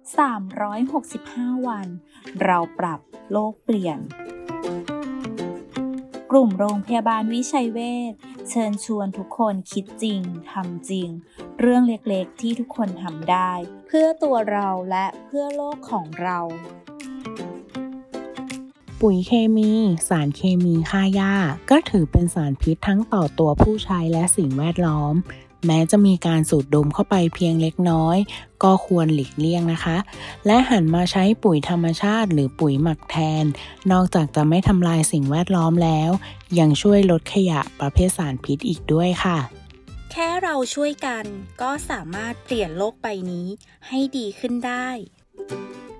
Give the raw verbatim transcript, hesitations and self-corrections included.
สามร้อยหกสิบห้า วัน เราปรับโลกเปลี่ยน กลุ่มโรงพยาบาลวิชัยเวชเชิญชวนทุกคนคิดจริงทำจริงเรื่องเล็กๆที่ทุกคนทำได้เพื่อตัวเราและเพื่อโลกของเราปุ๋ยเคมี สารเคมีฆ่าหญ้าก็ถือเป็นสารพิษทั้งต่อตัวผู้ใช้และสิ่งแวดล้อมแม้จะมีการสูดดมเข้าไปเพียงเล็กน้อยก็ควรหลีกเลี่ยงนะคะและหันมาใช้ปุ๋ยธรรมชาติหรือปุ๋ยหมักแทนนอกจากจะไม่ทำลายสิ่งแวดล้อมแล้วยังช่วยลดขยะประเภทสารพิษอีกด้วยค่ะแค่เราช่วยกันก็สามารถเปลี่ยนโลกใบนี้ให้ดีขึ้นได้